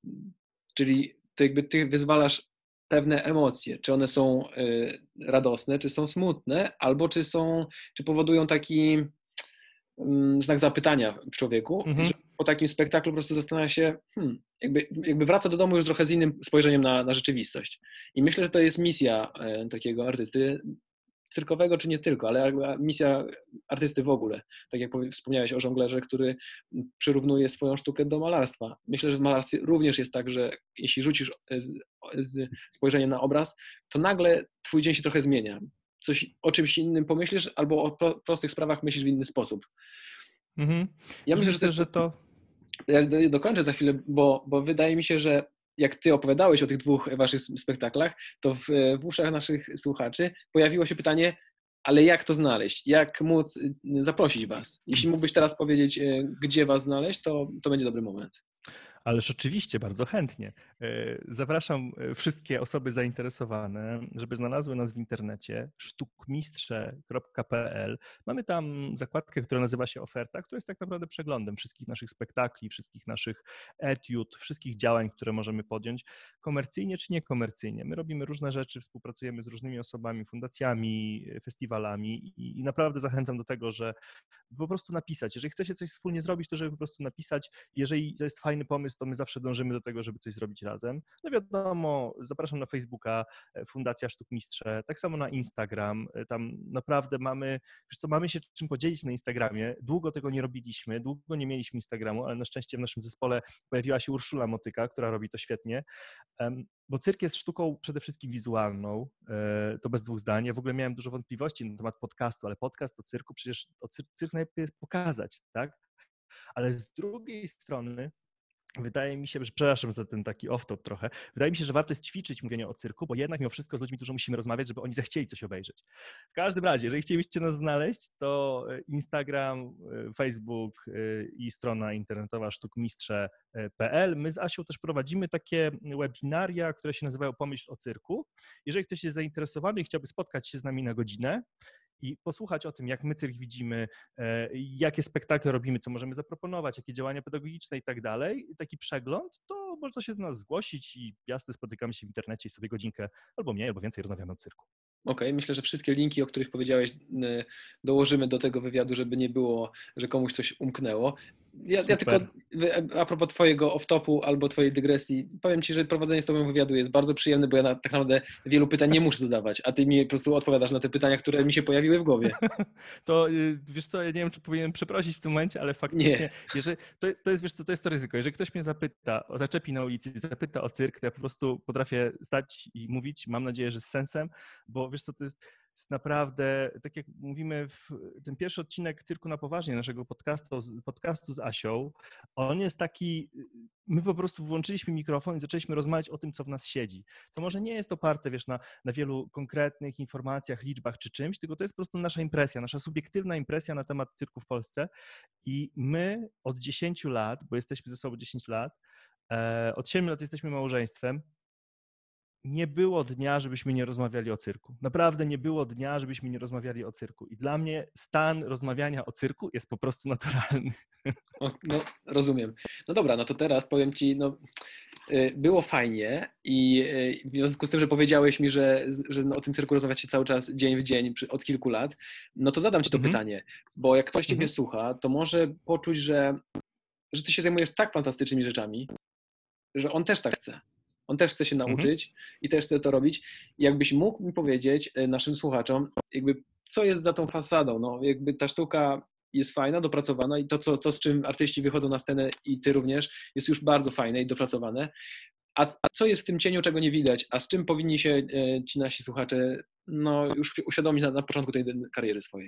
Czyli to jakby ty wyzwalasz pewne emocje, czy one są y, radosne, czy są smutne, albo czy są, czy powodują taki y, znak zapytania w człowieku, mhm. że po takim spektaklu po prostu zastanawia się, hmm, jakby, jakby wraca do domu już trochę z innym spojrzeniem na, na rzeczywistość. I myślę, że to jest misja y, takiego artysty, cyrkowego czy nie tylko, ale misja artysty w ogóle. Tak jak wspomniałeś o żonglerze, który przyrównuje swoją sztukę do malarstwa. Myślę, że w malarstwie również jest tak, że jeśli rzucisz spojrzenie na obraz, to nagle twój dzień się trochę zmienia. Coś o czymś innym pomyślisz albo o prostych sprawach myślisz w inny sposób. Mhm. Ja myślę, że to, jest, że to... Ja dokończę za chwilę, bo, bo wydaje mi się, że jak ty opowiadałeś o tych dwóch waszych spektaklach, to w, w uszach naszych słuchaczy pojawiło się pytanie, ale jak to znaleźć? Jak móc zaprosić was? Jeśli mógłbyś teraz powiedzieć, gdzie was znaleźć, to, to będzie dobry moment. Ależ oczywiście, bardzo chętnie. Zapraszam wszystkie osoby zainteresowane, żeby znalazły nas w internecie sztukmistrze kropka pe el. Mamy tam zakładkę, która nazywa się Oferta, która jest tak naprawdę przeglądem wszystkich naszych spektakli, wszystkich naszych etiud, wszystkich działań, które możemy podjąć, komercyjnie czy niekomercyjnie. My robimy różne rzeczy, współpracujemy z różnymi osobami, fundacjami, festiwalami i, i naprawdę zachęcam do tego, że po prostu napisać. Jeżeli chcecie coś wspólnie zrobić, to żeby po prostu napisać. Jeżeli to jest fajny pomysł, to my zawsze dążymy do tego, żeby coś zrobić razem. No wiadomo, zapraszam na Facebooka, Fundacja Sztukmistrze, tak samo na Instagram. Tam naprawdę mamy, wiesz co, mamy się czym podzielić na Instagramie. Długo tego nie robiliśmy, długo nie mieliśmy Instagramu, ale na szczęście w naszym zespole pojawiła się Urszula Motyka, która robi to świetnie. Bo cyrk jest sztuką przede wszystkim wizualną, to bez dwóch zdań. Ja w ogóle miałem dużo wątpliwości na temat podcastu, ale podcast o cyrku, przecież o cyrk, cyrk najlepiej jest pokazać, tak? Ale z drugiej strony Wydaje mi się, że przepraszam za ten taki off-top trochę, wydaje mi się, że warto jest ćwiczyć mówienie o cyrku, bo jednak mimo wszystko z ludźmi dużo musimy rozmawiać, żeby oni zechcieli coś obejrzeć. W każdym razie, jeżeli chcielibyście nas znaleźć, to Instagram, Facebook i strona internetowa sztukmistrze kropka pe el. My z Asią też prowadzimy takie webinaria, które się nazywają Pomyśl o cyrku. Jeżeli ktoś jest zainteresowany i chciałby spotkać się z nami na godzinę i posłuchać o tym, jak my cyrk widzimy, jakie spektakle robimy, co możemy zaproponować, jakie działania pedagogiczne i tak dalej, taki przegląd, to można się do nas zgłosić i jasne, spotykamy się w internecie i sobie godzinkę albo mniej, albo więcej rozmawiamy o cyrku. Okej, okay, myślę, że wszystkie linki, o których powiedziałeś, dołożymy do tego wywiadu, żeby nie było, że komuś coś umknęło. Ja, ja tylko a propos twojego off-topu albo twojej dygresji, powiem ci, że prowadzenie z tobą wywiadu jest bardzo przyjemne, bo ja na, tak naprawdę wielu pytań nie muszę zadawać, a ty mi po prostu odpowiadasz na te pytania, które mi się pojawiły w głowie. To wiesz co, ja nie wiem, czy powinienem przeprosić w tym momencie, ale faktycznie, jeżeli, to, to jest, wiesz co, to jest to ryzyko. Jeżeli ktoś mnie zapyta, zaczepi na ulicy, zapyta o cyrk, to ja po prostu potrafię stać i mówić, mam nadzieję, że z sensem, bo wiesz co, to jest jest naprawdę, tak jak mówimy, w ten pierwszy odcinek Cyrku na Poważnie naszego podcastu, podcastu z Asią, on jest taki, my po prostu włączyliśmy mikrofon i zaczęliśmy rozmawiać o tym, co w nas siedzi. To może nie jest oparte, wiesz, na, na wielu konkretnych informacjach, liczbach czy czymś, tylko to jest po prostu nasza impresja, nasza subiektywna impresja na temat cyrku w Polsce i my od dziesięciu lat, bo jesteśmy ze sobą dziesięć lat, od siedmiu lat jesteśmy małżeństwem, nie było dnia, żebyśmy nie rozmawiali o cyrku. Naprawdę nie było dnia, żebyśmy nie rozmawiali o cyrku. I dla mnie stan rozmawiania o cyrku jest po prostu naturalny. O, no, rozumiem. No dobra, no to teraz powiem ci, no było fajnie i w związku z tym, że powiedziałeś mi, że, że o tym cyrku rozmawiacie cały czas dzień w dzień od kilku lat, no to zadam ci to mhm. pytanie, bo jak ktoś ciebie mhm. słucha, to może poczuć, że, że ty się zajmujesz tak fantastycznymi rzeczami, że on też tak chce. On też chce się nauczyć mhm. i też chce to robić. I jakbyś mógł mi powiedzieć naszym słuchaczom, jakby co jest za tą fasadą, no jakby ta sztuka jest fajna, dopracowana i to, co, to z czym artyści wychodzą na scenę i ty również, jest już bardzo fajne i dopracowane. A co jest w tym cieniu, czego nie widać? A z czym powinni się ci nasi słuchacze no, już uświadomić na, na początku tej kariery swojej?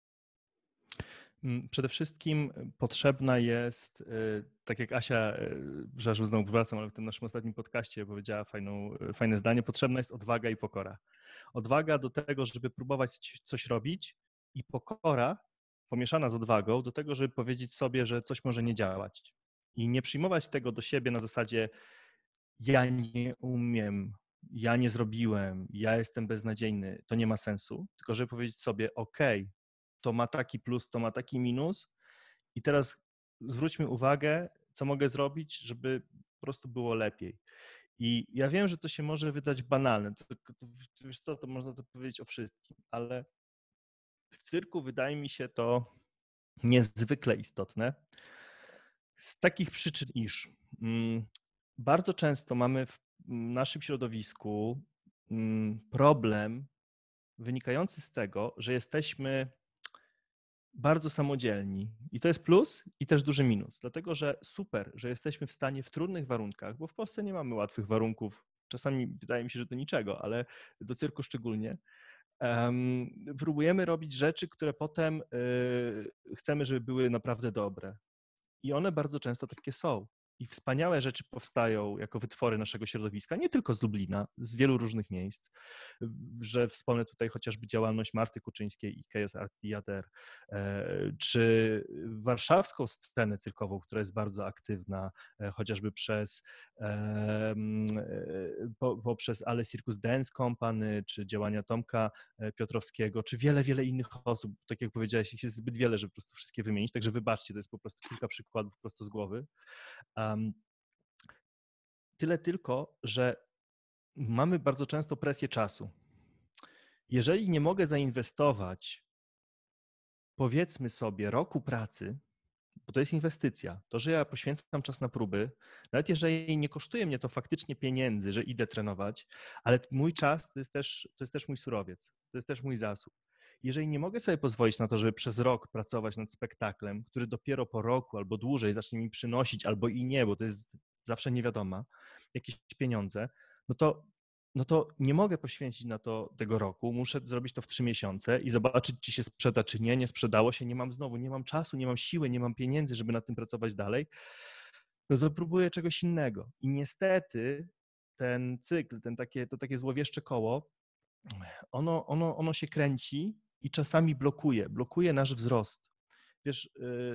Przede wszystkim potrzebna jest, tak jak Asia, przepraszam, znowu wracam, ale w tym naszym ostatnim podcaście powiedziała fajną, fajne zdanie, potrzebna jest odwaga i pokora. Odwaga do tego, żeby próbować coś robić i pokora pomieszana z odwagą do tego, żeby powiedzieć sobie, że coś może nie działać i nie przyjmować tego do siebie na zasadzie ja nie umiem, ja nie zrobiłem, ja jestem beznadziejny, to nie ma sensu, tylko żeby powiedzieć sobie okej, okay, to ma taki plus, to ma taki minus i teraz zwróćmy uwagę, co mogę zrobić, żeby po prostu było lepiej. I ja wiem, że to się może wydać banalne, to, to, wiesz co, to można to powiedzieć o wszystkim, ale w cyrku wydaje mi się to niezwykle istotne z takich przyczyn, iż mm, bardzo często mamy w naszym środowisku mm, problem wynikający z tego, że jesteśmy bardzo samodzielni. I to jest plus i też duży minus, dlatego że super, że jesteśmy w stanie w trudnych warunkach, bo w Polsce nie mamy łatwych warunków, czasami wydaje mi się, że do niczego, ale do cyrku szczególnie, um, próbujemy robić rzeczy, które potem y, chcemy, żeby były naprawdę dobre. I one bardzo często takie są. I wspaniałe rzeczy powstają jako wytwory naszego środowiska, nie tylko z Lublina, z wielu różnych miejsc, że wspomnę tutaj chociażby działalność Marty Kuczyńskiej i Chaos Art Theater, czy warszawską scenę cyrkową, która jest bardzo aktywna, chociażby przez poprzez Ale Circus Dance Company, czy działania Tomka Piotrowskiego, czy wiele, wiele innych osób. Tak jak powiedziałeś, ich jest zbyt wiele, żeby po prostu wszystkie wymienić, także wybaczcie, to jest po prostu kilka przykładów prosto z głowy. Um, tyle tylko, że mamy bardzo często presję czasu. Jeżeli nie mogę zainwestować, powiedzmy sobie, roku pracy, bo to jest inwestycja, to, że ja poświęcam czas na próby, nawet jeżeli nie kosztuje mnie to faktycznie pieniędzy, że idę trenować, ale mój czas to jest też, to jest też mój surowiec, to jest też mój zasób. Jeżeli nie mogę sobie pozwolić na to, żeby przez rok pracować nad spektaklem, który dopiero po roku albo dłużej zacznie mi przynosić, albo i nie, bo to jest zawsze nie wiadoma, jakieś pieniądze, no to, no to nie mogę poświęcić na to tego roku, muszę zrobić to w trzy miesiące i zobaczyć, czy się sprzeda, czy nie, nie sprzedało się, nie mam znowu, nie mam czasu, nie mam siły, nie mam pieniędzy, żeby nad tym pracować dalej. no to próbuję czegoś innego. I niestety ten cykl, ten takie, to takie złowieszcze koło, ono, ono, ono się kręci i czasami blokuje, blokuje nasz wzrost. Wiesz,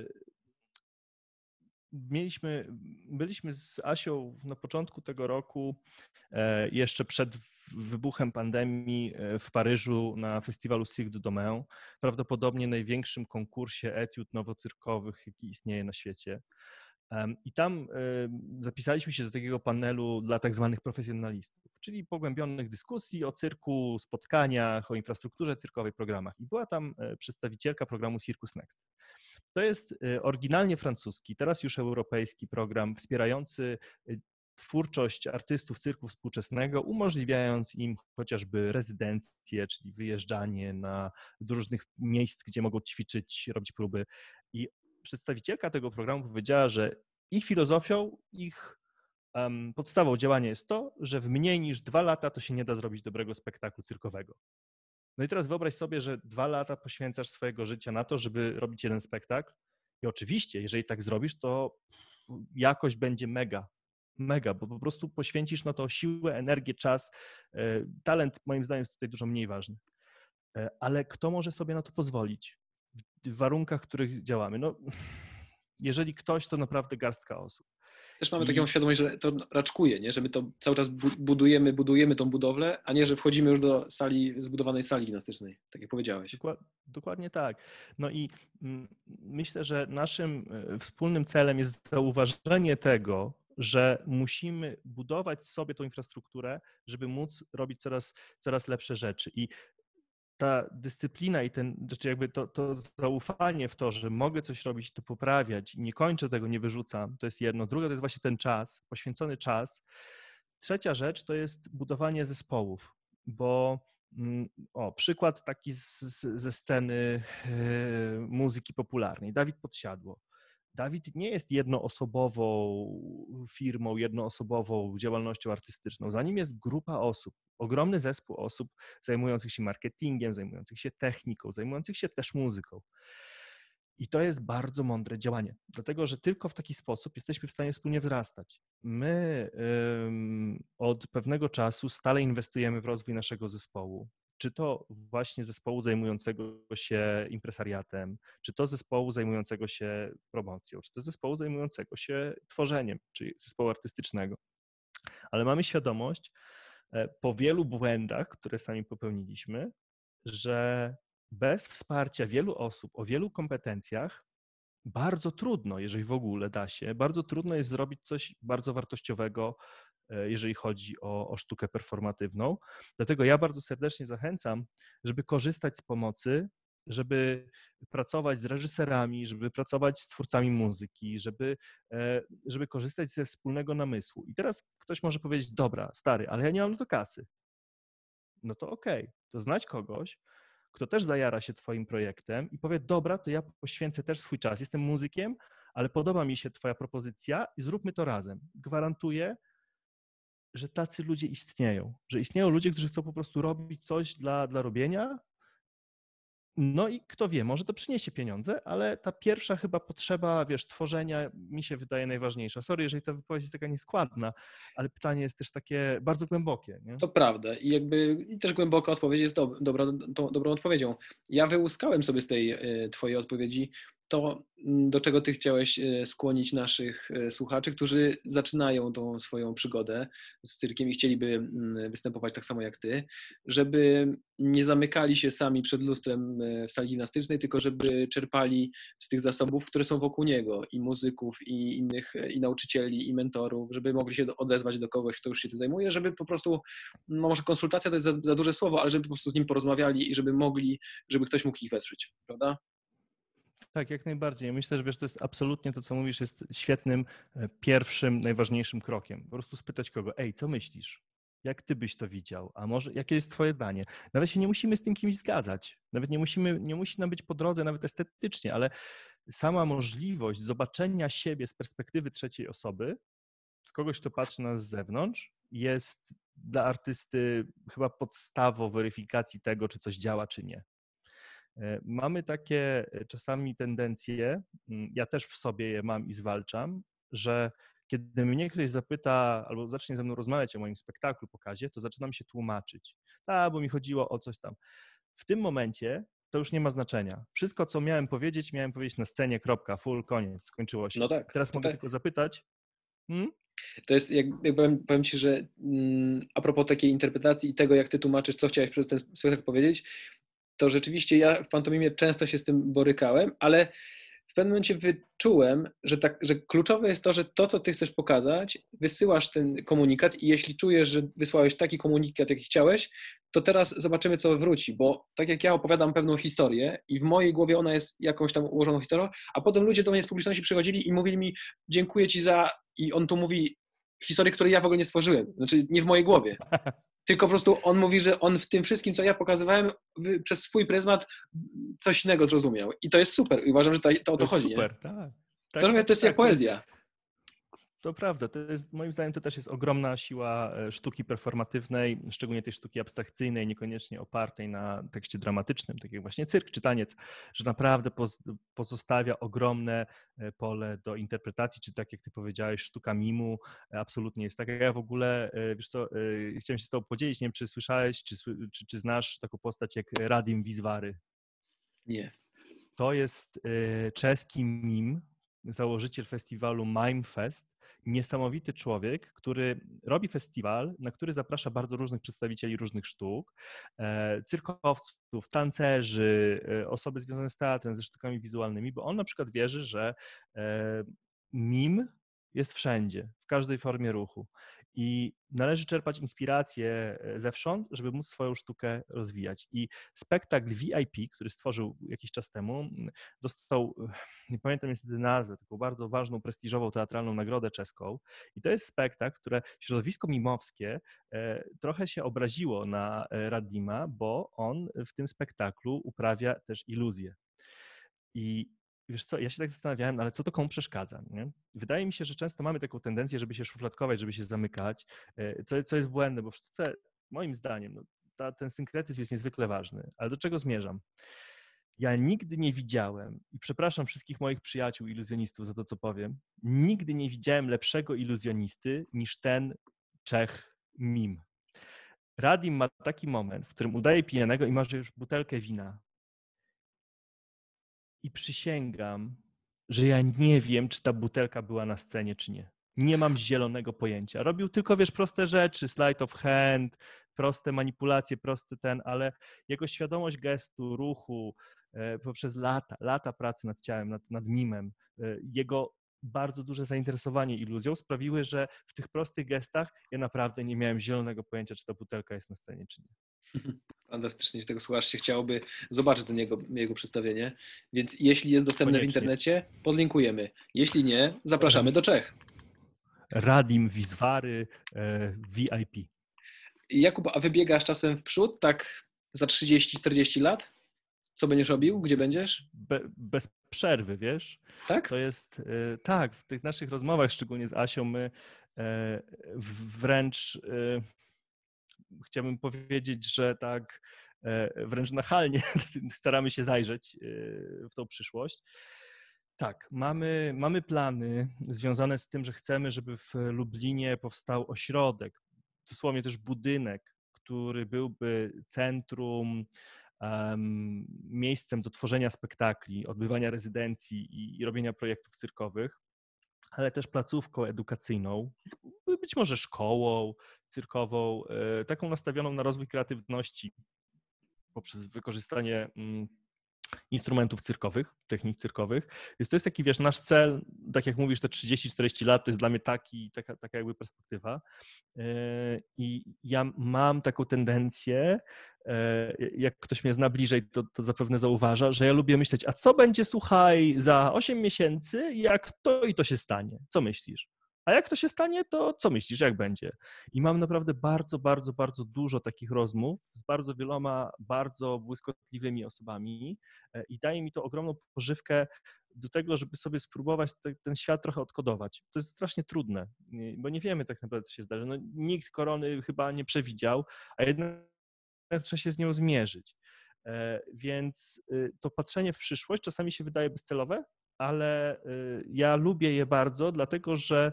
mieliśmy, byliśmy z Asią na początku tego roku, jeszcze przed wybuchem pandemii w Paryżu na festiwalu Cirque du Domain, prawdopodobnie największym konkursie etiud nowocyrkowych, jaki istnieje na świecie. I tam zapisaliśmy się do takiego panelu dla tak zwanych profesjonalistów, czyli pogłębionych dyskusji o cyrku, spotkaniach, o infrastrukturze cyrkowej, programach. I była tam przedstawicielka programu Circus Next. To jest oryginalnie francuski, teraz już europejski program wspierający twórczość artystów cyrku współczesnego, umożliwiając im chociażby rezydencje, czyli wyjeżdżanie na, do różnych miejsc, gdzie mogą ćwiczyć, robić próby. I przedstawicielka tego programu powiedziała, że ich filozofią, ich um, podstawą działania jest to, że w mniej niż dwa lata to się nie da zrobić dobrego spektaklu cyrkowego. No i teraz wyobraź sobie, że dwa lata poświęcasz swojego życia na to, żeby robić jeden spektakl i oczywiście, jeżeli tak zrobisz, to jakość będzie mega, mega, bo po prostu poświęcisz na to siłę, energię, czas. Talent moim zdaniem jest tutaj dużo mniej ważny. Ale kto może sobie na to pozwolić w warunkach, w których działamy? No, jeżeli ktoś, to naprawdę garstka osób. Też mamy I... taką świadomość, że to raczkuje, nie? Że my to cały czas budujemy, budujemy tą budowlę, a nie, że wchodzimy już do sali, zbudowanej sali gimnastycznej, tak jak powiedziałeś. Dokładnie, dokładnie tak. No i myślę, że naszym wspólnym celem jest zauważenie tego, że musimy budować sobie tą infrastrukturę, żeby móc robić coraz, coraz lepsze rzeczy. I ta dyscyplina i ten, znaczy jakby to, to zaufanie w to, że mogę coś robić, to poprawiać i nie kończę tego, nie wyrzucam, to jest jedno. Druga to jest właśnie ten czas, poświęcony czas. Trzecia rzecz to jest budowanie zespołów, bo o, przykład taki z, ze sceny yy, muzyki popularnej, Dawid Podsiadło. Dawid nie jest jednoosobową firmą, jednoosobową działalnością artystyczną. Za nim jest grupa osób, ogromny zespół osób zajmujących się marketingiem, zajmujących się techniką, zajmujących się też muzyką. I to jest bardzo mądre działanie, dlatego że tylko w taki sposób jesteśmy w stanie wspólnie wzrastać. My ym, od pewnego czasu stale inwestujemy w rozwój naszego zespołu. Czy to właśnie zespołu zajmującego się impresariatem, czy to zespołu zajmującego się promocją, czy to zespołu zajmującego się tworzeniem, czyli zespołu artystycznego. Ale mamy świadomość po wielu błędach, które sami popełniliśmy, że bez wsparcia wielu osób o wielu kompetencjach bardzo trudno, jeżeli w ogóle da się, bardzo trudno jest zrobić coś bardzo wartościowego, jeżeli chodzi o, o sztukę performatywną. Dlatego ja bardzo serdecznie zachęcam, żeby korzystać z pomocy, żeby pracować z reżyserami, żeby pracować z twórcami muzyki, żeby, żeby korzystać ze wspólnego namysłu. I teraz ktoś może powiedzieć, dobra, stary, ale ja nie mam na to kasy. No to okej, okay, to znajdź kogoś, kto też zajara się twoim projektem i powie, dobra, to ja poświęcę też swój czas, jestem muzykiem, ale podoba mi się twoja propozycja i zróbmy to razem. Gwarantuję, że tacy ludzie istnieją, że istnieją ludzie, którzy chcą po prostu robić coś dla, dla robienia. No i kto wie, może to przyniesie pieniądze, ale ta pierwsza chyba potrzeba, wiesz, tworzenia mi się wydaje najważniejsza. Sorry, jeżeli ta wypowiedź jest taka nieskładna, ale pytanie jest też takie bardzo głębokie. Nie? To prawda i jakby i też głęboka odpowiedź jest do, dobra, to, dobrą odpowiedzią. Ja wyłuskałem sobie z tej y, twojej odpowiedzi to, do czego ty chciałeś skłonić naszych słuchaczy, którzy zaczynają tą swoją przygodę z cyrkiem i chcieliby występować tak samo jak ty, żeby nie zamykali się sami przed lustrem w sali gimnastycznej, tylko żeby czerpali z tych zasobów, które są wokół niego, i muzyków, i innych, i nauczycieli, i mentorów, żeby mogli się odezwać do kogoś, kto już się tym zajmuje, żeby po prostu, no może konsultacja to jest za, za duże słowo, ale żeby po prostu z nim porozmawiali i żeby mogli, żeby ktoś mógł ich wesprzeć, prawda? Tak, jak najbardziej. Myślę, że wiesz, to jest absolutnie to, co mówisz, jest świetnym, pierwszym, najważniejszym krokiem. Po prostu spytać kogo, ej, co myślisz? Jak ty byś to widział? A może, jakie jest twoje zdanie? Nawet się nie musimy z tym kimś zgadzać. Nawet nie musimy, nie musi nam być po drodze, nawet estetycznie, ale sama możliwość zobaczenia siebie z perspektywy trzeciej osoby, z kogoś, kto patrzy na nas z zewnątrz, jest dla artysty chyba podstawą weryfikacji tego, czy coś działa, czy nie. Mamy takie czasami tendencje, ja też w sobie je mam i zwalczam, że Kiedy mnie ktoś zapyta albo zacznie ze mną rozmawiać o moim spektaklu, pokazie, to zaczynam się tłumaczyć. Tak, bo mi chodziło o coś tam. W tym momencie to już nie ma znaczenia. Wszystko, co miałem powiedzieć, miałem powiedzieć na scenie, kropka, full, koniec, skończyło się. No tak. Teraz To mogę tak. tylko zapytać, hmm? To jest, jak, jak powiem, powiem Ci, że mm, a propos takiej interpretacji i tego, jak Ty tłumaczysz, co chciałeś przez ten spektakl powiedzieć, to rzeczywiście ja w pantomimie często się z tym borykałem, ale w pewnym momencie wyczułem, że, tak, że kluczowe jest to, że to, co Ty chcesz pokazać, wysyłasz ten komunikat i jeśli czujesz, że wysłałeś taki komunikat, jaki chciałeś, to teraz zobaczymy, co wróci, bo tak jak ja opowiadam pewną historię i w mojej głowie ona jest jakąś tam ułożoną historią, a potem ludzie do mnie z publiczności przychodzili i mówili mi, dziękuję Ci za... I on tu mówi historię, której ja w ogóle nie stworzyłem, znaczy nie w mojej głowie. Tylko po prostu on mówi, że on w tym wszystkim, co ja pokazywałem, przez swój pryzmat coś innego zrozumiał. I to jest super. I uważam, że to, to o to, To jest chodzi. super, Nie? tak. To, Tak, tak, to jest tak, jak poezja. To prawda, to jest, moim zdaniem to też jest ogromna siła sztuki performatywnej, szczególnie tej sztuki abstrakcyjnej, niekoniecznie opartej na tekście dramatycznym, tak jak właśnie cyrk czy taniec, że naprawdę pozostawia ogromne pole do interpretacji, czy tak jak ty powiedziałeś, sztuka mimu absolutnie jest taka. Ja w ogóle, wiesz co, chciałem się z tobą podzielić, nie wiem, czy słyszałeś, czy, czy, czy znasz taką postać jak Radim Wizwary? Nie. To jest czeski mim, założyciel festiwalu Mime Fest, niesamowity człowiek, który robi festiwal, na który zaprasza bardzo różnych przedstawicieli różnych sztuk, cyrkowców, tancerzy, osoby związane z teatrem, ze sztukami wizualnymi, bo on na przykład wierzy, że mim jest wszędzie, w każdej formie ruchu i należy czerpać inspirację zewsząd, żeby móc swoją sztukę rozwijać. I spektakl V I P, który stworzył jakiś czas temu, dostał, nie pamiętam niestety nazwę, taką bardzo ważną, prestiżową teatralną nagrodę czeską. I to jest spektakl, które środowisko mimowskie trochę się obraziło na Radima, bo on w tym spektaklu uprawia też iluzję. I wiesz co, ja się tak zastanawiałem, ale co to komu przeszkadza, nie? Wydaje mi się, że często mamy taką tendencję, żeby się szufladkować, żeby się zamykać, co, co jest błędne, bo w sztuce, moim zdaniem, no, ta, ten synkretyzm jest niezwykle ważny. Ale do czego zmierzam? Ja nigdy nie widziałem, i przepraszam wszystkich moich przyjaciół iluzjonistów za to, co powiem, nigdy nie widziałem lepszego iluzjonisty niż ten Czech mim. Radim ma taki moment, w którym udaje pijanego i marzy już butelkę wina. I przysięgam, że ja nie wiem, czy ta butelka była na scenie, czy nie. Nie mam zielonego pojęcia. Robił tylko, wiesz, proste rzeczy, slide of hand, proste manipulacje, prosty ten, ale jego świadomość gestu, ruchu e, poprzez lata, lata pracy nad ciałem, nad, nad mimem, e, jego bardzo duże zainteresowanie iluzją sprawiły, że w tych prostych gestach ja naprawdę nie miałem zielonego pojęcia, czy ta butelka jest na scenie, czy nie. Fantastycznie się tego słuchasz, się chciałoby zobaczyć ten jego, jego przedstawienie, więc jeśli jest dostępne Koniecznie. w internecie, podlinkujemy. Jeśli nie, zapraszamy do Czech. Radim Wizwary, V I P. Jakub, a wybiegasz czasem w przód, tak za trzydzieści czterdzieści lat? Co będziesz robił? Gdzie bez, będziesz? Be, bez przerwy, wiesz? Tak? To jest, tak, w tych naszych rozmowach, szczególnie z Asią, my wręcz chciałbym powiedzieć, że tak wręcz nachalnie staramy się zajrzeć w tą przyszłość. Tak, mamy, mamy plany związane z tym, że chcemy, żeby w Lublinie powstał ośrodek, dosłownie też budynek, który byłby centrum, um, miejscem do tworzenia spektakli, odbywania rezydencji i, i robienia projektów cyrkowych, ale też placówką edukacyjną, być może szkołą cyrkową, taką nastawioną na rozwój kreatywności poprzez wykorzystanie instrumentów cyrkowych, technik cyrkowych. Więc to jest taki, wiesz, nasz cel, tak jak mówisz, te trzydzieści czterdzieści lat, to jest dla mnie taki, taka, taka jakby perspektywa. I ja mam taką tendencję, jak ktoś mnie zna bliżej, to, to zapewne zauważa, że ja lubię myśleć, a co będzie, słuchaj, za osiem miesięcy, jak to i to się stanie? Co myślisz? A jak to się stanie, to co myślisz, jak będzie? I mam naprawdę bardzo, bardzo, bardzo dużo takich rozmów z bardzo wieloma, bardzo błyskotliwymi osobami i daje mi to ogromną pożywkę do tego, żeby sobie spróbować te, ten świat trochę odkodować. To jest strasznie trudne, bo nie wiemy tak naprawdę, co się zdarzy. No, nikt korony chyba nie przewidział, a jednak trzeba się z nią zmierzyć. Więc to patrzenie w przyszłość czasami się wydaje bezcelowe, ale ja lubię je bardzo, dlatego że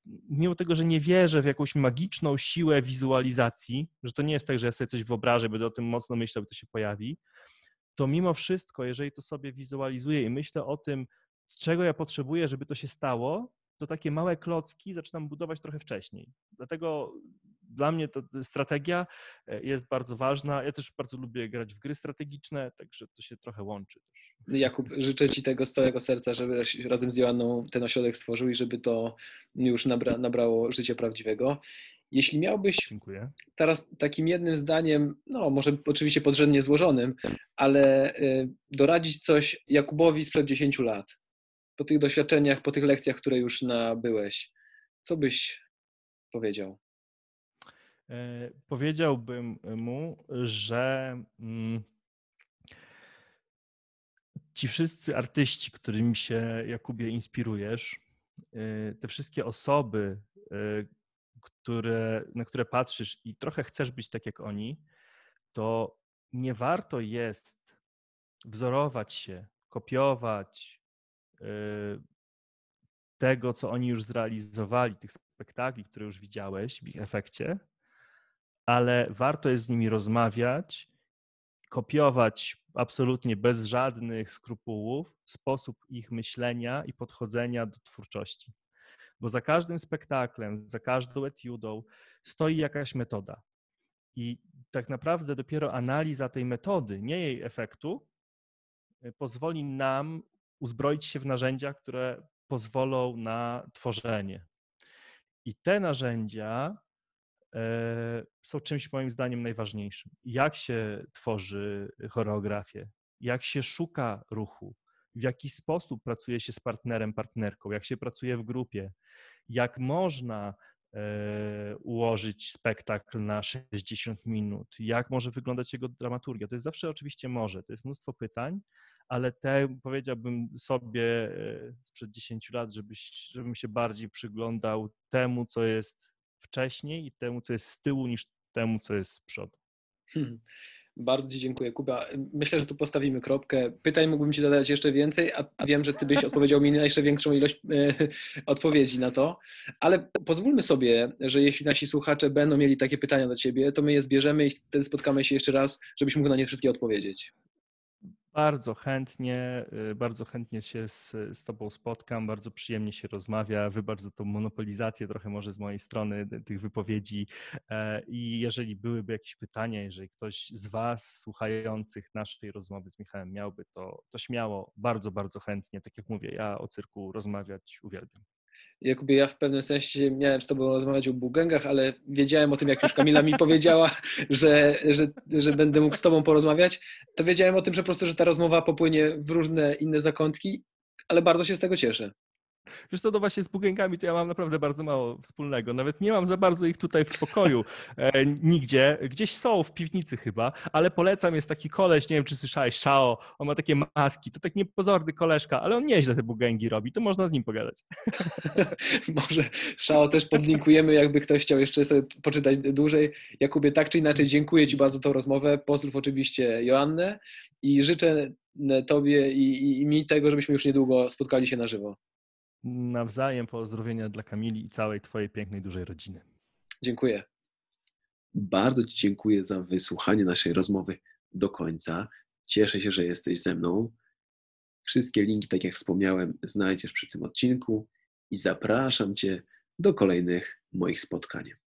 mimo tego, że nie wierzę w jakąś magiczną siłę wizualizacji, że to nie jest tak, że ja sobie coś wyobrażę, będę o tym mocno myślał, to się pojawi, to mimo wszystko, jeżeli to sobie wizualizuję i myślę o tym, czego ja potrzebuję, żeby to się stało, to takie małe klocki zaczynam budować trochę wcześniej. Dlatego dla mnie ta strategia jest bardzo ważna. Ja też bardzo lubię grać w gry strategiczne, także to się trochę łączy też. Jakub, życzę Ci tego z całego serca, żeby razem z Joanną ten ośrodek stworzył i żeby to już nabra, nabrało życia prawdziwego. Jeśli miałbyś Dziękuję. teraz takim jednym zdaniem, no może oczywiście podrzędnie złożonym, ale doradzić coś Jakubowi sprzed dziesięciu lat, po tych doświadczeniach, po tych lekcjach, które już nabyłeś, co byś powiedział? Powiedziałbym mu, że ci wszyscy artyści, którymi się, Jakubie, inspirujesz, te wszystkie osoby, które, na które patrzysz i trochę chcesz być tak jak oni, to nie warto jest wzorować się, kopiować tego, co oni już zrealizowali, tych spektakli, które już widziałeś w ich efekcie, ale warto jest z nimi rozmawiać, kopiować absolutnie bez żadnych skrupułów sposób ich myślenia i podchodzenia do twórczości. Bo za każdym spektaklem, za każdą etiudą stoi jakaś metoda. I tak naprawdę dopiero analiza tej metody, nie jej efektu, pozwoli nam uzbroić się w narzędzia, które pozwolą na tworzenie. I te narzędzia są czymś moim zdaniem najważniejszym. Jak się tworzy choreografię, jak się szuka ruchu, w jaki sposób pracuje się z partnerem, partnerką, jak się pracuje w grupie, jak można ułożyć spektakl na sześćdziesiąt minut, jak może wyglądać jego dramaturgia. To jest zawsze oczywiście może, to jest mnóstwo pytań, ale te powiedziałbym sobie sprzed dziesięciu lat, żebyś, żebym się bardziej przyglądał temu, co jest wcześniej i temu, co jest z tyłu, niż temu, co jest z przodu. Hmm. Bardzo Ci dziękuję, Kuba. Myślę, że tu postawimy kropkę. Pytań mógłbym Ci zadać jeszcze więcej, a wiem, że Ty byś odpowiedział mi na jeszcze większą ilość e, odpowiedzi na to, ale pozwólmy sobie, że jeśli nasi słuchacze będą mieli takie pytania do Ciebie, to my je zbierzemy i wtedy spotkamy się jeszcze raz, żebyś mógł na nie wszystkie odpowiedzieć. Bardzo chętnie, bardzo chętnie się z, z Tobą spotkam, bardzo przyjemnie się rozmawia. Wybacz za tą monopolizację trochę może z mojej strony tych wypowiedzi i jeżeli byłyby jakieś pytania, jeżeli ktoś z Was słuchających naszej rozmowy z Michałem miałby, to, to śmiało, bardzo, bardzo chętnie. Tak jak mówię, ja o cyrku rozmawiać uwielbiam. Jakubie, ja w pewnym sensie miałem z Tobą rozmawiać o bugengach, ale wiedziałem o tym, jak już Kamila mi powiedziała, że, że, że będę mógł z Tobą porozmawiać, to wiedziałem o tym, że po prostu, że ta rozmowa popłynie w różne inne zakątki, ale bardzo się z tego cieszę. Wiesz co, no właśnie z bugengami to ja mam naprawdę bardzo mało wspólnego. Nawet nie mam za bardzo ich tutaj w pokoju e, nigdzie. Gdzieś są w piwnicy chyba, ale polecam, jest taki koleś, nie wiem czy słyszałeś, Shao, on ma takie maski, to tak niepozorny koleżka, ale on nieźle te bugengi robi, to można z nim pogadać. Może Shao też podlinkujemy, jakby ktoś chciał jeszcze sobie poczytać dłużej. Jakubie, tak czy inaczej dziękuję Ci bardzo za tą rozmowę. Pozdrów oczywiście Joannę i życzę Tobie i, i, i mi tego, żebyśmy już niedługo spotkali się na żywo. Nawzajem pozdrowienia dla Kamili i całej Twojej pięknej, dużej rodziny. Dziękuję. Bardzo Ci dziękuję za wysłuchanie naszej rozmowy do końca. Cieszę się, że jesteś ze mną. Wszystkie linki, tak jak wspomniałem, znajdziesz przy tym odcinku i zapraszam Cię do kolejnych moich spotkań.